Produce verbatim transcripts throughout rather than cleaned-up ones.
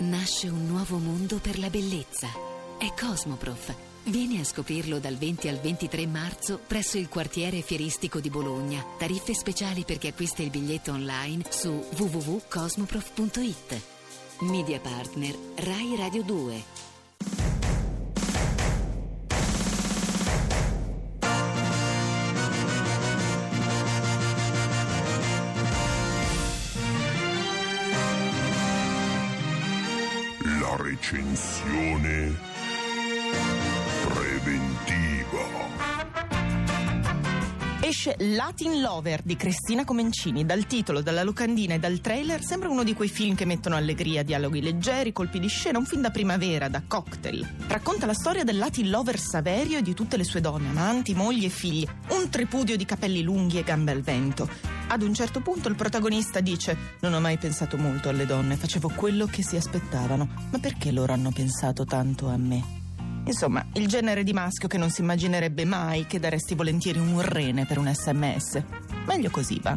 Nasce un nuovo mondo per la bellezza. È Cosmoprof. Vieni a scoprirlo dal venti al ventitré marzo presso il quartiere fieristico di Bologna. Tariffe speciali per chi acquista il biglietto online su w w w punto cosmoprof punto i t. Media partner Rai Radio due. La recensione preventiva. Esce Latin Lover di Cristina Comencini. Dal titolo, dalla locandina e dal trailer sembra uno di quei film che mettono allegria, dialoghi leggeri, colpi di scena, un film da primavera, da cocktail. Racconta la storia del Latin Lover Saverio e di tutte le sue donne, amanti, mogli e figli. Un tripudio di capelli lunghi e gambe al vento. Ad un certo punto il protagonista dice: non ho mai pensato molto alle donne, facevo quello che si aspettavano, ma perché loro hanno pensato tanto a me? Insomma, il genere di maschio che non si immaginerebbe mai che daresti volentieri un rene per un sms. Meglio così, va.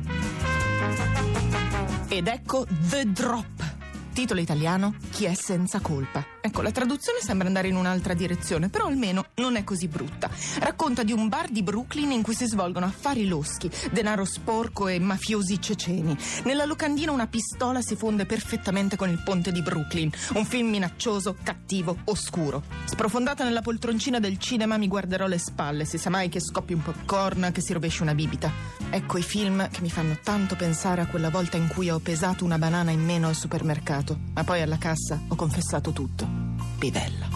Ed ecco The Drop. Titolo italiano: Chi è senza colpa. Ecco, la traduzione sembra andare in un'altra direzione, però almeno non è così brutta. Racconta di un bar di Brooklyn in cui si svolgono affari loschi, denaro sporco e mafiosi ceceni. Nella locandina una pistola si fonde perfettamente con il ponte di Brooklyn. Un film minaccioso, cattivo, oscuro. Sprofondata nella poltroncina del cinema mi guarderò le spalle, si sa mai che scoppi un popcorn, che si rovesci una bibita. Ecco i film che mi fanno tanto pensare a quella volta in cui ho pesato una banana in meno al supermercato, ma poi alla cassa ho confessato tutto. Pivella.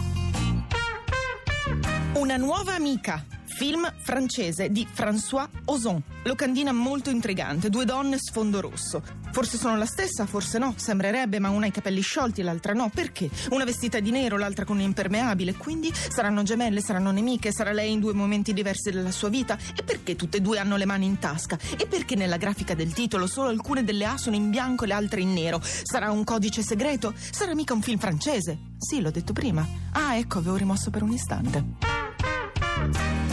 Una nuova amica. Film francese di François Ozon. Locandina molto intrigante, due donne sfondo rosso. Forse sono la stessa, forse no, sembrerebbe, ma una ha i capelli sciolti e l'altra no. Perché? Una vestita di nero, l'altra con un impermeabile, quindi saranno gemelle, saranno nemiche, sarà lei in due momenti diversi della sua vita? E perché tutte e due hanno le mani in tasca? E perché nella grafica del titolo solo alcune delle A sono in bianco e le altre in nero? Sarà un codice segreto? Sarà mica un film francese? Sì, l'ho detto prima. Ah, ecco, avevo rimosso per un istante.